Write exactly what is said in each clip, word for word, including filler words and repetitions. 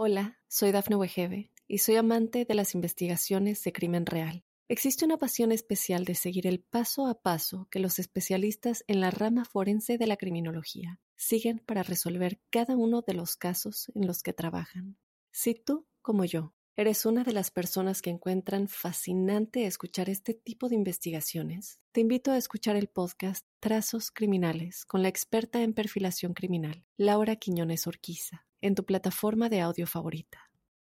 Hola, soy Dafne Wegebe y soy amante de las investigaciones de crimen real. Existe una pasión especial de seguir el paso a paso que los especialistas en la rama forense de la criminología siguen para resolver cada uno de los casos en los que trabajan. Si tú, como yo, eres una de las personas que encuentran fascinante escuchar este tipo de investigaciones, te invito a escuchar el podcast Trazos Criminales con la experta en perfilación criminal, Laura Quiñones Orquiza, en tu plataforma de audio favorita.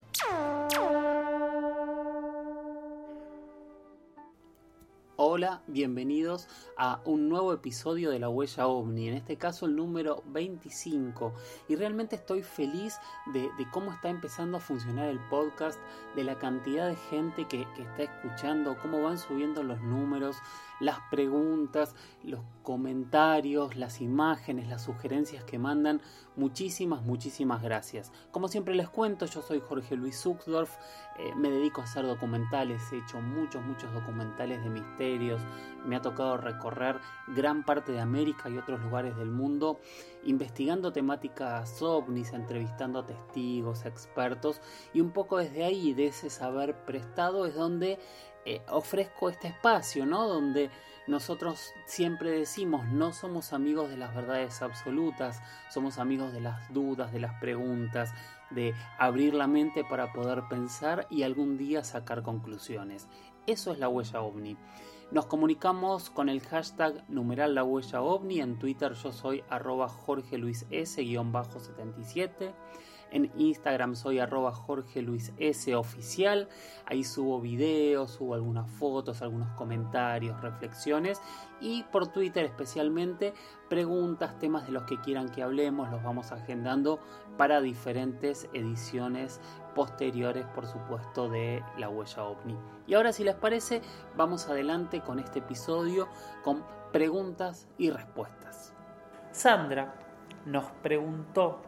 Hola, bienvenidos a un nuevo episodio de La Huella OVNI, en este caso el número veinticinco, y realmente estoy feliz de, de cómo está empezando a funcionar el podcast, de la cantidad de gente que, que está escuchando, cómo van subiendo los números, las preguntas, los comentarios, las imágenes, las sugerencias que mandan. Muchísimas, muchísimas gracias. Como siempre les cuento, yo soy Jorge Luis Zuxdorf, eh, me dedico a hacer documentales, he hecho muchos, muchos documentales de misterios, me ha tocado recorrer gran parte de América y otros lugares del mundo, investigando temáticas ovnis, entrevistando a testigos, expertos, y un poco desde ahí, de ese saber prestado, es donde eh, ofrezco este espacio, ¿no? Donde nosotros siempre decimos, no somos amigos de las verdades absolutas, somos amigos de las dudas, de las preguntas, de abrir la mente para poder pensar y algún día sacar conclusiones. Eso es La Huella OVNI. Nos comunicamos con el hashtag numeral La Huella OVNI. En Twitter yo soy arroba Jorge Luis S setenta y siete. En Instagram soy arroba Jorge Luis S oficial. Ahí subo videos, subo algunas fotos, algunos comentarios, reflexiones. Y por Twitter especialmente preguntas, temas de los que quieran que hablemos. Los vamos agendando para diferentes ediciones posteriores, por supuesto, de La Huella OVNI. Y ahora, si les parece, vamos adelante con este episodio con preguntas y respuestas. Sandra nos preguntó.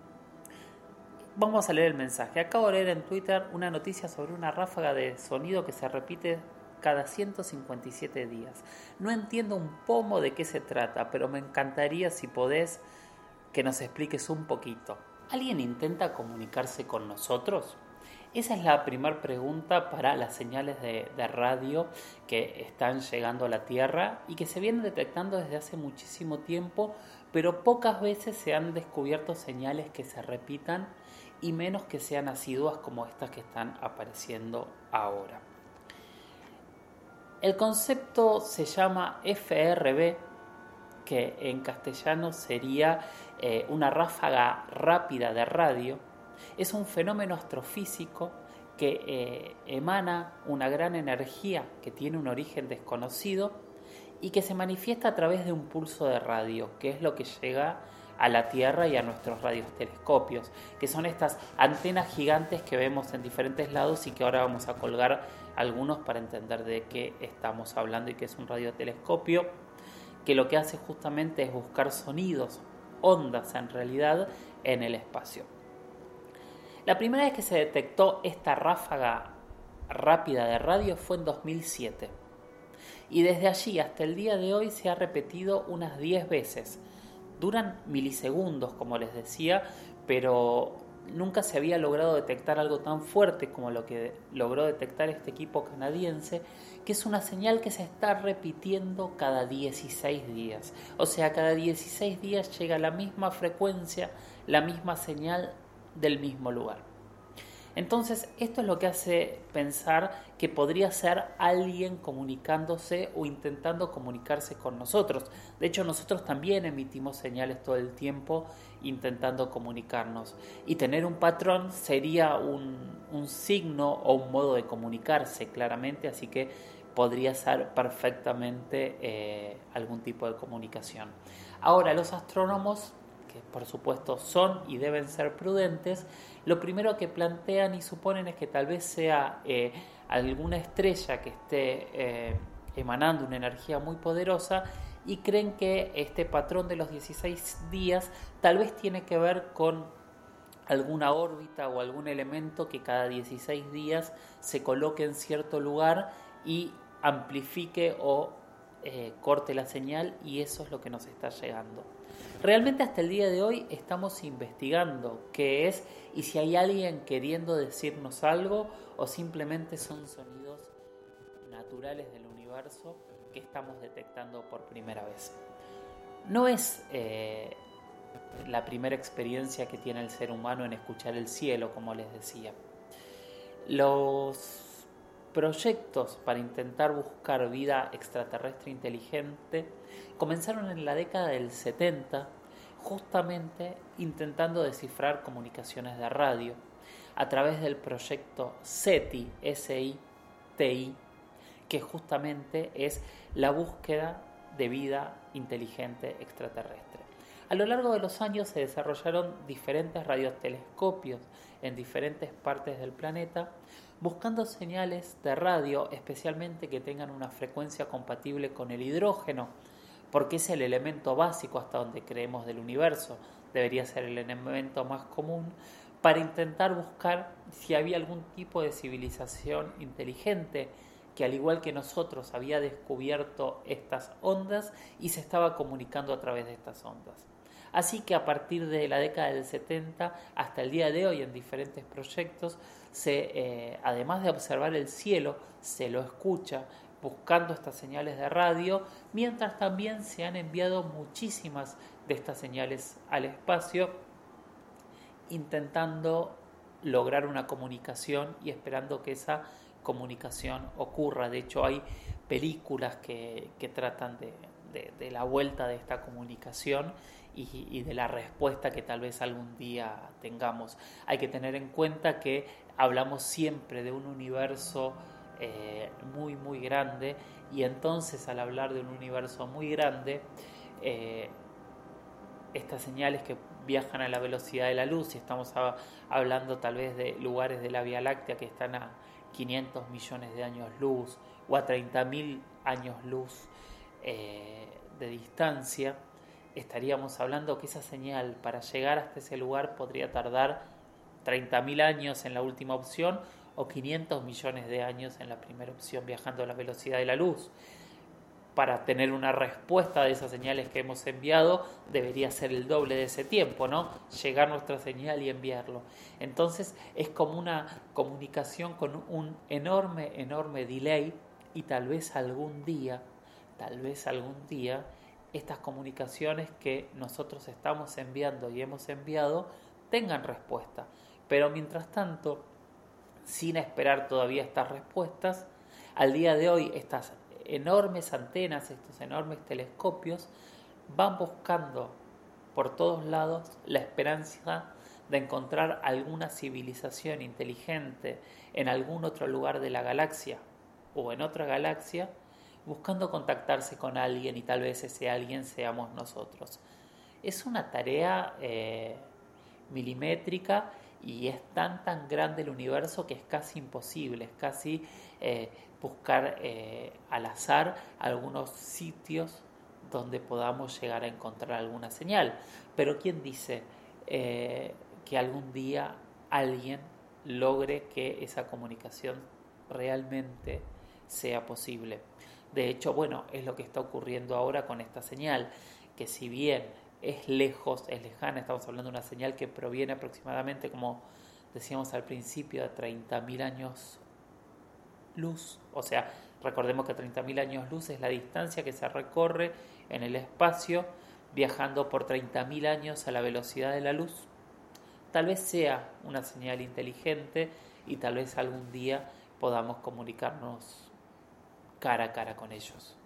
Vamos a leer el mensaje. Acabo de leer en Twitter una noticia sobre una ráfaga de sonido que se repite cada ciento cincuenta y siete días. No entiendo un pomo de qué se trata, pero me encantaría, si podés, que nos expliques un poquito. ¿Alguien intenta comunicarse con nosotros? Esa es la primera pregunta para las señales de, de radio que están llegando a la Tierra y que se vienen detectando desde hace muchísimo tiempo, pero pocas veces se han descubierto señales que se repitan y menos que sean asiduas como estas que están apareciendo ahora. El concepto se llama F R B, que en castellano sería eh, una ráfaga rápida de radio. Es un fenómeno astrofísico que eh, emana una gran energía que tiene un origen desconocido y que se manifiesta a través de un pulso de radio, que es lo que llega a la Tierra y a nuestros radiotelescopios, que son estas antenas gigantes que vemos en diferentes lados y que ahora vamos a colgar algunos para entender de qué estamos hablando y qué es un radiotelescopio, que lo que hace justamente es buscar sonidos, ondas en realidad, en el espacio. La primera vez que se detectó esta ráfaga rápida de radio fue en dos mil siete. Y desde allí hasta el día de hoy se ha repetido unas diez veces. Duran milisegundos, como les decía, pero nunca se había logrado detectar algo tan fuerte como lo que logró detectar este equipo canadiense, que es una señal que se está repitiendo cada dieciséis días. O sea, cada dieciséis días llega la misma frecuencia, la misma señal del mismo lugar. Entonces, esto es lo que hace pensar que podría ser alguien comunicándose o intentando comunicarse con nosotros. De hecho, nosotros también emitimos señales todo el tiempo intentando comunicarnos. Y tener un patrón sería un, un signo o un modo de comunicarse, claramente, así que podría ser perfectamente eh, algún tipo de comunicación. Ahora, los astrónomos, que por supuesto son y deben ser prudentes, lo primero que plantean y suponen es que tal vez sea eh, alguna estrella que esté eh, emanando una energía muy poderosa y creen que este patrón de los dieciséis días tal vez tiene que ver con alguna órbita o algún elemento que cada dieciséis días se coloque en cierto lugar y amplifique o eh, corte la señal, y eso es lo que nos está llegando. Realmente hasta el día de hoy estamos investigando qué es y si hay alguien queriendo decirnos algo o simplemente son sonidos naturales del universo que estamos detectando por primera vez. No es eh, la primera experiencia que tiene el ser humano en escuchar el cielo, como les decía. Los proyectos para intentar buscar vida extraterrestre inteligente comenzaron en la década del setenta, justamente intentando descifrar comunicaciones de radio a través del proyecto SETI, S I T I, que justamente es la búsqueda de vida inteligente extraterrestre. A lo largo de los años se desarrollaron diferentes radiotelescopios en diferentes partes del planeta, buscando señales de radio, especialmente que tengan una frecuencia compatible con el hidrógeno, porque es el elemento básico hasta donde creemos del universo, debería ser el elemento más común, para intentar buscar si había algún tipo de civilización inteligente que al igual que nosotros había descubierto estas ondas y se estaba comunicando a través de estas ondas. Así que a partir de la década del setenta hasta el día de hoy en diferentes proyectos, se, eh, además de observar el cielo, se lo escucha buscando estas señales de radio, mientras también se han enviado muchísimas de estas señales al espacio, intentando lograr una comunicación y esperando que esa comunicación ocurra. De hecho, hay películas que, que tratan de, de, de la vuelta de esta comunicación y, y de la respuesta que tal vez algún día tengamos. Hay que tener en cuenta que hablamos siempre de un universo eh, muy, muy grande, y entonces al hablar de un universo muy grande, eh, estas señales que viajan a la velocidad de la luz, y estamos a, hablando tal vez de lugares de la Vía Láctea que están a quinientos millones de años luz o a treinta mil años luz eh, de distancia, estaríamos hablando que esa señal para llegar hasta ese lugar podría tardar treinta mil años en la última opción o quinientos millones de años en la primera opción, viajando a la velocidad de la luz. Para tener una respuesta de esas señales que hemos enviado, debería ser el doble de ese tiempo, ¿no? Llegar nuestra señal y enviarlo. Entonces es como una comunicación con un enorme, enorme delay, y tal vez algún día, tal vez algún día, estas comunicaciones que nosotros estamos enviando y hemos enviado tengan respuesta. Pero mientras tanto, sin esperar todavía estas respuestas, al día de hoy estas enormes antenas, estos enormes telescopios van buscando por todos lados la esperanza de encontrar alguna civilización inteligente en algún otro lugar de la galaxia o en otra galaxia, buscando contactarse con alguien, y tal vez ese alguien seamos nosotros. Es una tarea eh, milimétrica, y es tan tan grande el universo que es casi imposible, es casi eh, buscar eh, al azar algunos sitios donde podamos llegar a encontrar alguna señal. Pero ¿quién dice eh, que algún día alguien logre que esa comunicación realmente sea posible? De hecho, bueno, es lo que está ocurriendo ahora con esta señal, que si bien es lejos, es lejana, estamos hablando de una señal que proviene aproximadamente, como decíamos al principio, de treinta mil años luz. O sea, recordemos que treinta mil años luz es la distancia que se recorre en el espacio viajando por treinta mil años a la velocidad de la luz. Tal vez sea una señal inteligente y tal vez algún día podamos comunicarnos cara a cara con ellos.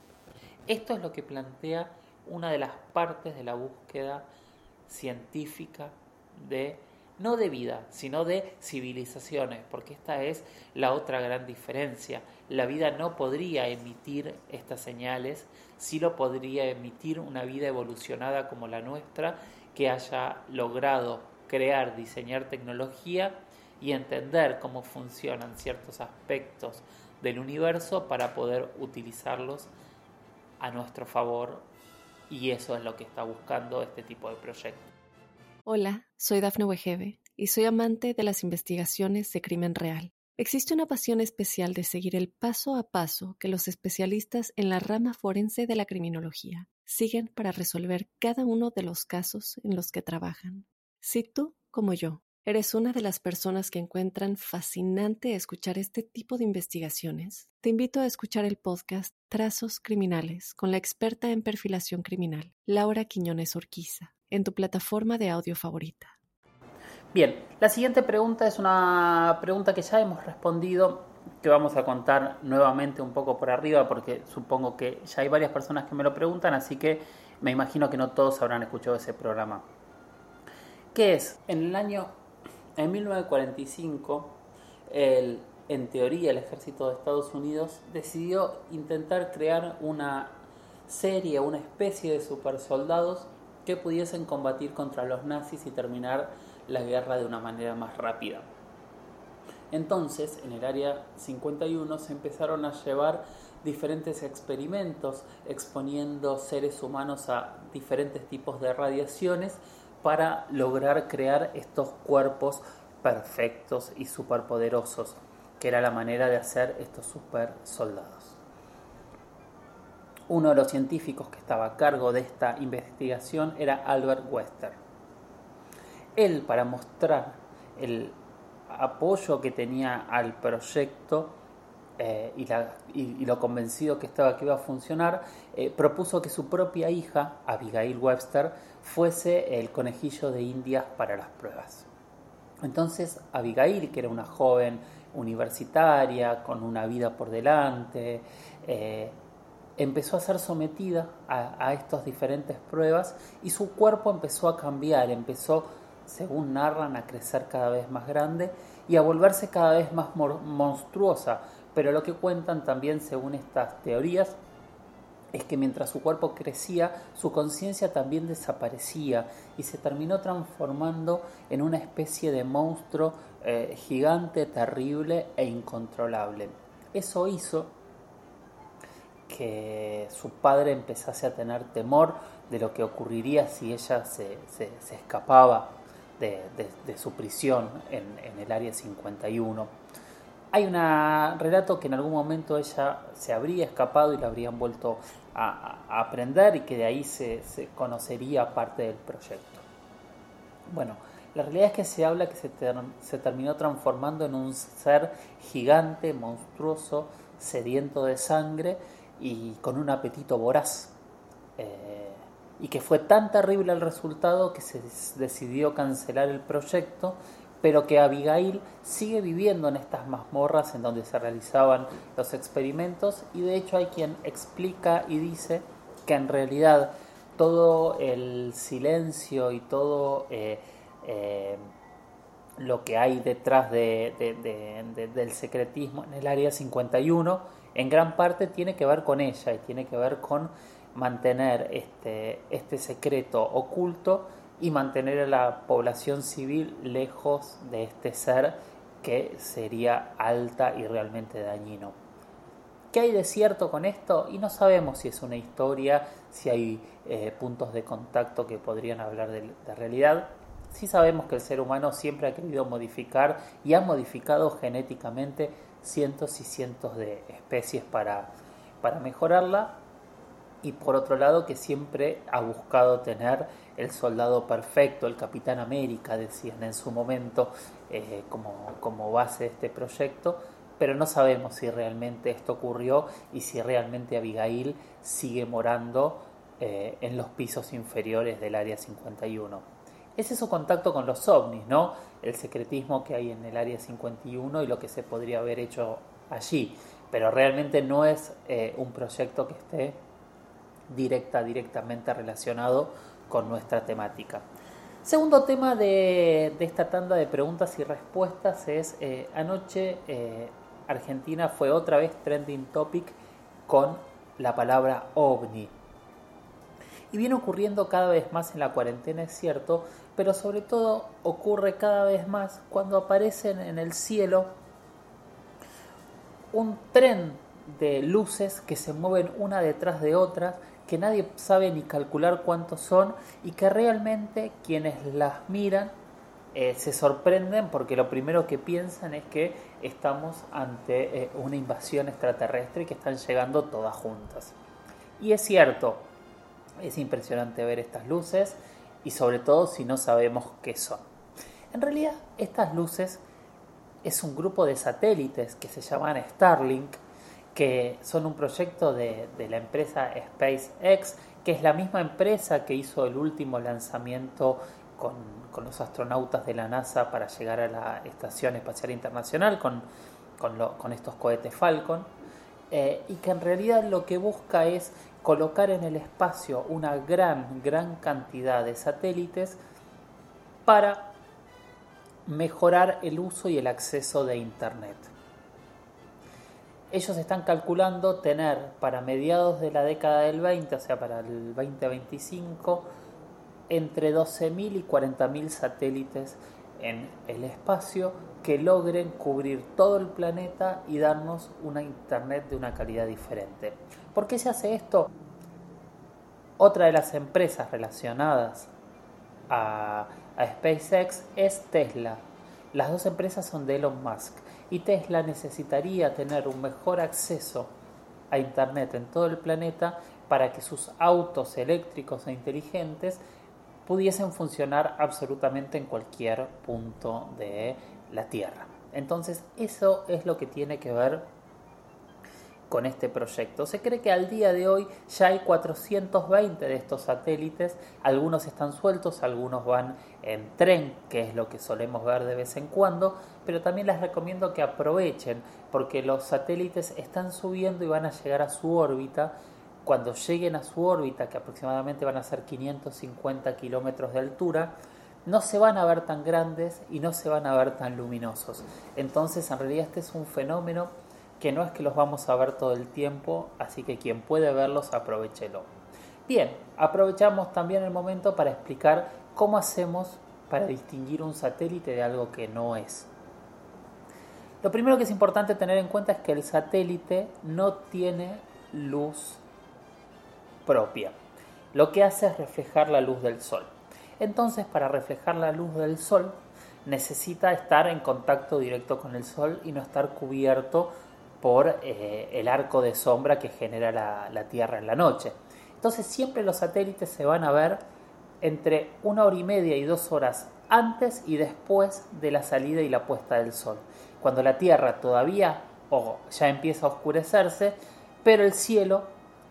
Esto es lo que plantea una de las partes de la búsqueda científica de, no de vida, sino de civilizaciones, porque esta es la otra gran diferencia. La vida no podría emitir estas señales, sí lo podría emitir una vida evolucionada como la nuestra, que haya logrado crear, diseñar tecnología y entender cómo funcionan ciertos aspectos del universo para poder utilizarlos a nuestro favor. Y eso es lo que está buscando este tipo de proyectos. Hola, soy Dafne Wegebe y soy amante de las investigaciones de crimen real. Existe una pasión especial de seguir el paso a paso que los especialistas en la rama forense de la criminología siguen para resolver cada uno de los casos en los que trabajan. Si tú, como yo, eres una de las personas que encuentran fascinante escuchar este tipo de investigaciones, te invito a escuchar el podcast Trazos Criminales con la experta en perfilación criminal, Laura Quiñones Orquiza, en tu plataforma de audio favorita. Bien, la siguiente pregunta es una pregunta que ya hemos respondido, que vamos a contar nuevamente un poco por arriba, porque supongo que ya hay varias personas que me lo preguntan, así que me imagino que no todos habrán escuchado ese programa. ¿Qué es? En el año, en mil novecientos cuarenta y cinco, el, en teoría el ejército de Estados Unidos decidió intentar crear una serie, una especie de supersoldados que pudiesen combatir contra los nazis y terminar la guerra de una manera más rápida. Entonces, en el área cincuenta y uno se empezaron a llevar diferentes experimentos exponiendo seres humanos a diferentes tipos de radiaciones para lograr crear estos cuerpos perfectos y superpoderosos, que era la manera de hacer estos super soldados. Uno de los científicos que estaba a cargo de esta investigación era Albert Wester. Él, para mostrar el apoyo que tenía al proyecto eh, y, la, y, y lo convencido que estaba que iba a funcionar, eh, propuso que su propia hija, Abigail Webster, fuese el conejillo de Indias para las pruebas. Entonces Abigail, que era una joven universitaria con una vida por delante, eh, empezó a ser sometida a, a estas diferentes pruebas y su cuerpo empezó a cambiar, empezó, según narran, a crecer cada vez más grande y a volverse cada vez más monstruosa. Pero lo que cuentan también, según estas teorías, es que mientras su cuerpo crecía, su conciencia también desaparecía y se terminó transformando en una especie de monstruo eh, gigante, terrible e incontrolable. Eso hizo que su padre empezase a tener temor de lo que ocurriría si ella se, se, se escapaba de, de, de su prisión en, en el área cincuenta y uno. Hay un relato que en algún momento ella se habría escapado y la habrían vuelto a, a aprender y que de ahí se, se conocería parte del proyecto. Bueno, la realidad es que se habla que se, ter, se terminó transformando en un ser gigante, monstruoso, sediento de sangre y con un apetito voraz. Eh, y que fue tan terrible el resultado que se decidió cancelar el proyecto, pero que Abigail sigue viviendo en estas mazmorras en donde se realizaban los experimentos, y de hecho hay quien explica y dice que en realidad todo el silencio y todo eh, eh, lo que hay detrás de, de, de, de, del secretismo en el área cincuenta y uno en gran parte tiene que ver con ella y tiene que ver con mantener este, este secreto oculto y mantener a la población civil lejos de este ser que sería alta y realmente dañino. ¿Qué hay de cierto con esto? Y no sabemos si es una historia, si hay eh, puntos de contacto que podrían hablar de, de realidad. Sí sabemos que el ser humano siempre ha querido modificar y ha modificado genéticamente cientos y cientos de especies para, para mejorarla. Y por otro lado que siempre ha buscado tener el soldado perfecto, el Capitán América, decían en su momento, eh, como, como base de este proyecto, pero no sabemos si realmente esto ocurrió y si realmente Abigail sigue morando eh, en los pisos inferiores del área cincuenta y uno. Ese es su contacto con los ovnis, ¿no? El secretismo que hay en el área cincuenta y uno y lo que se podría haber hecho allí, pero realmente no es eh, un proyecto que esté directa, directamente relacionado con nuestra temática. Segundo tema de, de esta tanda de preguntas y respuestas es, eh, anoche eh, Argentina fue otra vez trending topic con la palabra ovni. Y viene ocurriendo cada vez más en la cuarentena, es cierto, pero sobre todo ocurre cada vez más cuando aparecen en el cielo un tren de luces que se mueven una detrás de otra, que nadie sabe ni calcular cuántos son y que realmente quienes las miran eh, se sorprenden porque lo primero que piensan es que estamos ante eh, una invasión extraterrestre y que están llegando todas juntas. Y es cierto, es impresionante ver estas luces y sobre todo si no sabemos qué son. En realidad, estas luces es un grupo de satélites que se llaman Starlink, que son un proyecto de, de la empresa SpaceX, que es la misma empresa que hizo el último lanzamiento con, con los astronautas de la NASA para llegar a la Estación Espacial Internacional con, con, lo, con estos cohetes Falcon, eh, y que en realidad lo que busca es colocar en el espacio una gran, gran cantidad de satélites para mejorar el uso y el acceso de Internet. Ellos están calculando tener para mediados de la década del veinte, o sea, para el veinte veinticinco, entre doce mil y cuarenta mil satélites en el espacio que logren cubrir todo el planeta y darnos una Internet de una calidad diferente. ¿Por qué se hace esto? Otra de las empresas relacionadas a, a SpaceX es Tesla. Las dos empresas son de Elon Musk y Tesla necesitaría tener un mejor acceso a Internet en todo el planeta para que sus autos eléctricos e inteligentes pudiesen funcionar absolutamente en cualquier punto de la Tierra. Entonces, eso es lo que tiene que ver con este proyecto. Se cree que al día de hoy ya hay cuatrocientos veinte de estos satélites, algunos están sueltos, algunos van en tren, que es lo que solemos ver de vez en cuando, pero también les recomiendo que aprovechen, porque los satélites están subiendo y van a llegar a su órbita. Cuando lleguen a su órbita, que aproximadamente van a ser quinientos cincuenta kilómetros de altura, no se van a ver tan grandes y no se van a ver tan luminosos. Entonces, en realidad este es un fenómeno que no es que los vamos a ver todo el tiempo, así que quien puede verlos, aprovéchelo. Bien, aprovechamos también el momento para explicar cómo hacemos para distinguir un satélite de algo que no es. Lo primero que es importante tener en cuenta es que el satélite no tiene luz propia. Lo que hace es reflejar la luz del sol. Entonces, para reflejar la luz del sol, necesita estar en contacto directo con el sol y no estar cubierto por eh, el arco de sombra que genera la, la Tierra en la noche. Entonces siempre los satélites se van a ver entre una hora y media y dos horas antes y después de la salida y la puesta del sol, cuando la Tierra todavía o ya empieza a oscurecerse, pero el cielo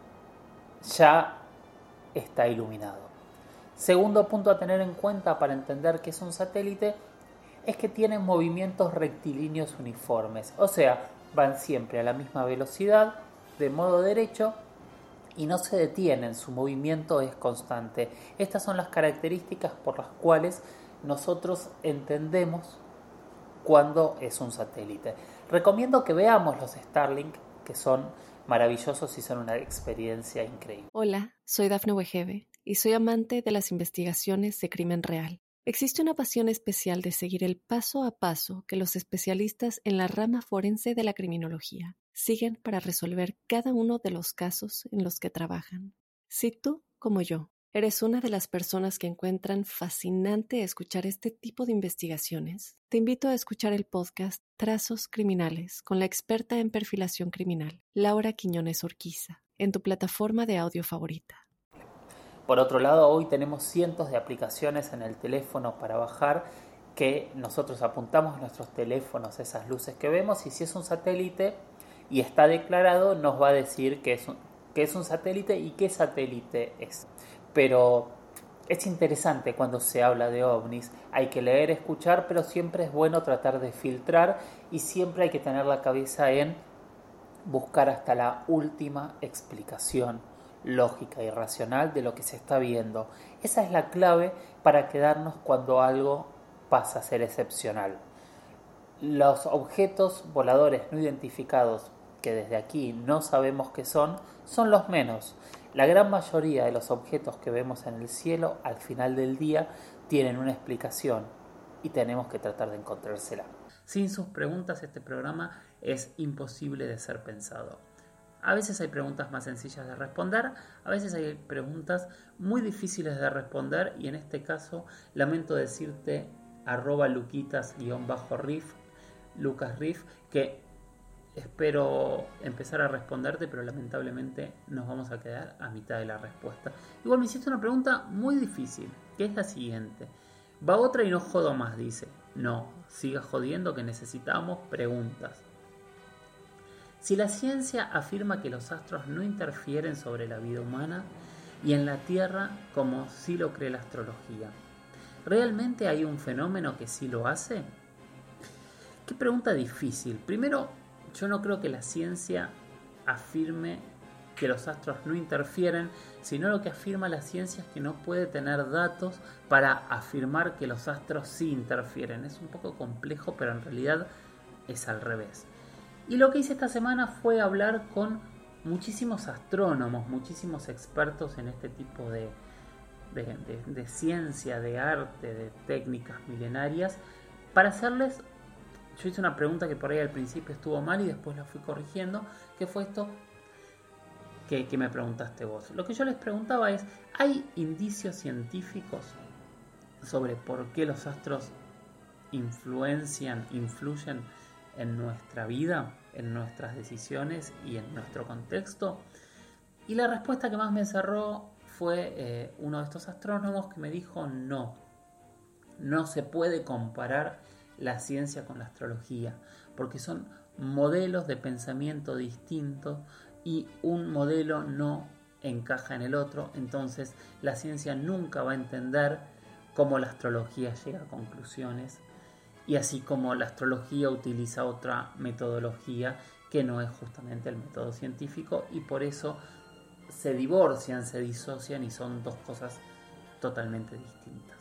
ya está iluminado. Segundo punto a tener en cuenta para entender qué es un satélite es que tienen movimientos rectilíneos uniformes, o sea, van siempre a la misma velocidad, de modo derecho, y no se detienen, su movimiento es constante. Estas son las características por las cuales nosotros entendemos cuándo es un satélite. Recomiendo que veamos los Starlink, que son maravillosos y son una experiencia increíble. Hola, soy Dafne Wegebe y soy amante de las investigaciones de crimen real. Existe una pasión especial de seguir el paso a paso que los especialistas en la rama forense de la criminología siguen para resolver cada uno de los casos en los que trabajan. Si tú, como yo, eres una de las personas que encuentran fascinante escuchar este tipo de investigaciones, te invito a escuchar el podcast Trazos Criminales con la experta en perfilación criminal, Laura Quiñones Orquiza, en tu plataforma de audio favorita. Por otro lado, hoy tenemos cientos de aplicaciones en el teléfono para bajar que nosotros apuntamos a nuestros teléfonos esas luces que vemos y si es un satélite y está declarado nos va a decir que es un, que es un satélite y qué satélite es. Pero es interesante cuando se habla de ovnis, hay que leer, escuchar, pero siempre es bueno tratar de filtrar y siempre hay que tener la cabeza en buscar hasta la última explicación lógica y racional de lo que se está viendo. Esa es la clave para quedarnos cuando algo pasa a ser excepcional. Los objetos voladores no identificados, que desde aquí no sabemos qué son, son los menos. La gran mayoría de los objetos que vemos en el cielo al final del día tienen una explicación y tenemos que tratar de encontrársela. Sin sus preguntas este programa es imposible de ser pensado. A veces hay preguntas más sencillas de responder, a veces hay preguntas muy difíciles de responder y en este caso lamento decirte arroba luquitas-riff, Lucas Riff, que espero empezar a responderte, pero lamentablemente nos vamos a quedar a mitad de la respuesta. Igual me hiciste una pregunta muy difícil, que es la siguiente. Va otra y no jodo más, dice. No, siga jodiendo que necesitamos preguntas. Si la ciencia afirma que los astros no interfieren sobre la vida humana y en la Tierra como sí lo cree la astrología, ¿realmente hay un fenómeno que sí lo hace? Qué pregunta difícil. Primero, yo no creo que la ciencia afirme que los astros no interfieren, sino lo que afirma la ciencia es que no puede tener datos para afirmar que los astros sí interfieren. Es un poco complejo, pero en realidad es al revés. Y lo que hice esta semana fue hablar con muchísimos astrónomos, muchísimos expertos en este tipo de, de, de, de ciencia, de arte, de técnicas milenarias, para hacerles... Yo hice una pregunta que por ahí al principio estuvo mal y después la fui corrigiendo, que fue esto que, que me preguntaste vos. Lo que yo les preguntaba es, ¿hay indicios científicos sobre por qué los astros influencian, influyen en nuestra vida, en nuestras decisiones y en nuestro contexto? Y la respuesta que más me cerró fue eh, uno de estos astrónomos que me dijo no, no se puede comparar la ciencia con la astrología, porque son modelos de pensamiento distintos y un modelo no encaja en el otro, entonces la ciencia nunca va a entender cómo la astrología llega a conclusiones, y así como la astrología utiliza otra metodología que no es justamente el método científico, y por eso se divorcian, se disocian y son dos cosas totalmente distintas.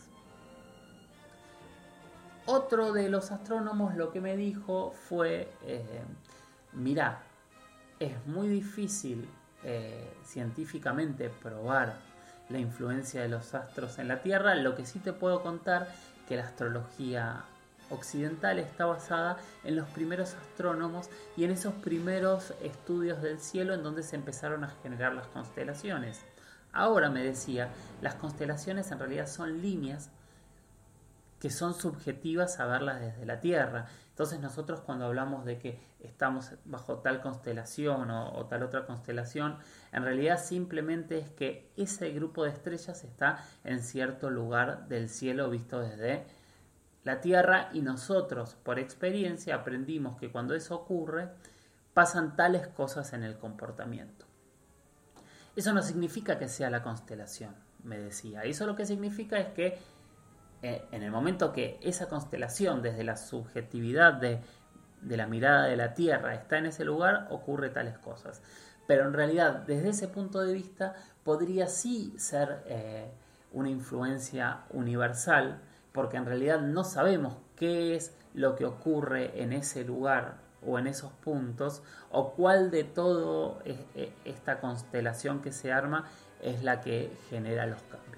Otro de los astrónomos lo que me dijo fue, eh, mira, es muy difícil eh, científicamente probar la influencia de los astros en la Tierra. Lo que sí te puedo contar que la astrología occidental está basada en los primeros astrónomos y en esos primeros estudios del cielo en donde se empezaron a generar las constelaciones. Ahora, me decía, las constelaciones en realidad son líneas que son subjetivas a verlas desde la Tierra. Entonces nosotros cuando hablamos de que estamos bajo tal constelación o, o tal otra constelación, en realidad simplemente es que ese grupo de estrellas está en cierto lugar del cielo visto desde la Tierra, y nosotros por experiencia aprendimos que cuando eso ocurre pasan tales cosas en el comportamiento. Eso no significa que sea la constelación, me decía. Eso lo que significa es que en el momento que esa constelación, desde la subjetividad de, de la mirada de la Tierra, está en ese lugar, ocurre tales cosas. Pero en realidad, desde ese punto de vista, podría sí ser eh, una influencia universal, porque en realidad no sabemos qué es lo que ocurre en ese lugar o en esos puntos, o cuál de todo esta constelación que se arma es la que genera los cambios.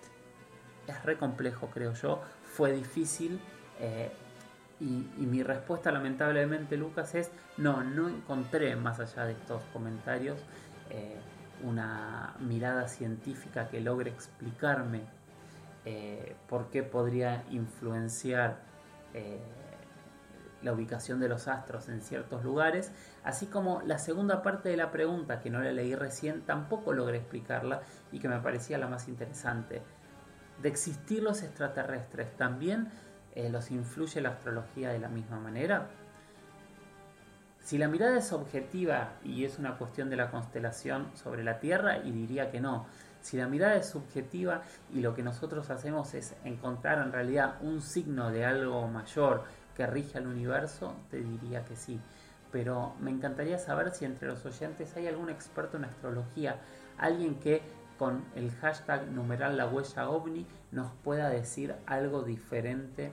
Es re complejo, creo yo, fue difícil eh, y, y mi respuesta lamentablemente, Lucas, es no, no encontré más allá de estos comentarios eh, una mirada científica que logre explicarme eh, por qué podría influenciar eh, la ubicación de los astros en ciertos lugares, así como la segunda parte de la pregunta, que no la leí recién, tampoco logré explicarla y que me parecía la más interesante. De existir los extraterrestres, ¿también eh, los influye la astrología de la misma manera? Si la mirada es objetiva y es una cuestión de la constelación sobre la Tierra, y diría que no. Si la mirada es subjetiva y lo que nosotros hacemos es encontrar en realidad un signo de algo mayor que rige al universo, te diría que sí. Pero me encantaría saber si entre los oyentes hay algún experto en astrología, alguien que con el hashtag numeral la huella ovni nos pueda decir algo diferente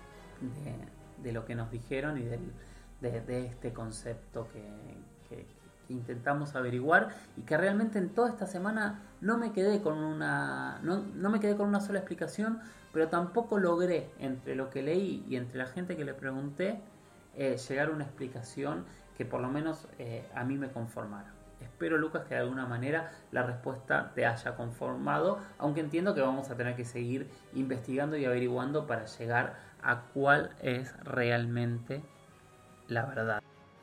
de, de lo que nos dijeron y del, de, de este concepto que, que, que intentamos averiguar, y que realmente en toda esta semana no me quedé con una no, no me quedé con una sola explicación, pero tampoco logré, entre lo que leí y entre la gente que le pregunté, eh, llegar a una explicación que por lo menos eh, a mí me conformara. Espero, Lucas, que de alguna manera la respuesta te haya conformado, aunque entiendo que vamos a tener que seguir investigando y averiguando para llegar a cuál es realmente la verdad.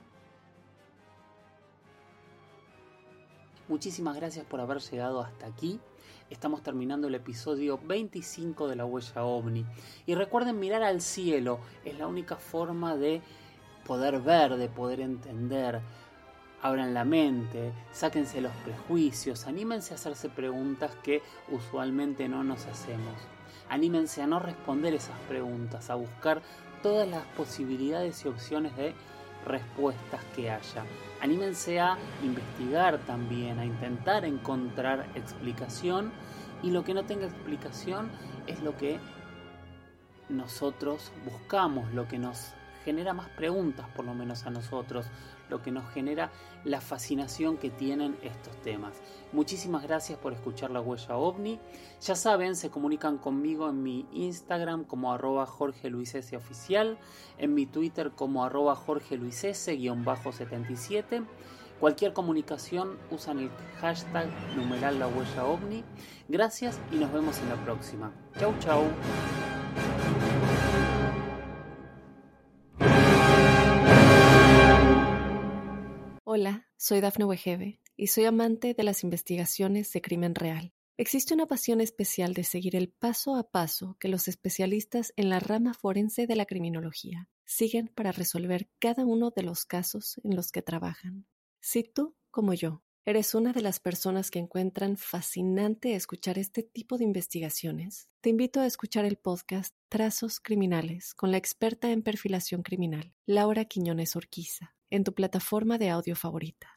Muchísimas gracias por haber llegado hasta aquí. Estamos terminando el episodio veinticinco de La Huella OVNI. Y recuerden mirar al cielo, es la única forma de poder ver, de poder entender. Abran la mente, sáquense los prejuicios, anímense a hacerse preguntas que usualmente no nos hacemos. Anímense a no responder esas preguntas, a buscar todas las posibilidades y opciones de respuestas que haya. Anímense a investigar también, a intentar encontrar explicación, y lo que no tenga explicación es lo que nosotros buscamos, lo que nos genera más preguntas, por lo menos a nosotros, lo que nos genera la fascinación que tienen estos temas. Muchísimas gracias por escuchar La Huella OVNI. Ya saben, se comunican conmigo en mi Instagram como arroba Jorge Luis S oficial, en mi Twitter como arroba Jorge Luis S guión bajo setenta y siete. Cualquier comunicación usan el hashtag numeral La Huella OVNI. Gracias y nos vemos en la próxima. Chau, chau. Hola, soy Dafne Wegebe y soy amante de las investigaciones de crimen real. Existe una pasión especial de seguir el paso a paso que los especialistas en la rama forense de la criminología siguen para resolver cada uno de los casos en los que trabajan. Si tú, como yo, eres una de las personas que encuentran fascinante escuchar este tipo de investigaciones, te invito a escuchar el podcast Trazos Criminales con la experta en perfilación criminal, Laura Quiñones Orquiza, en tu plataforma de audio favorita.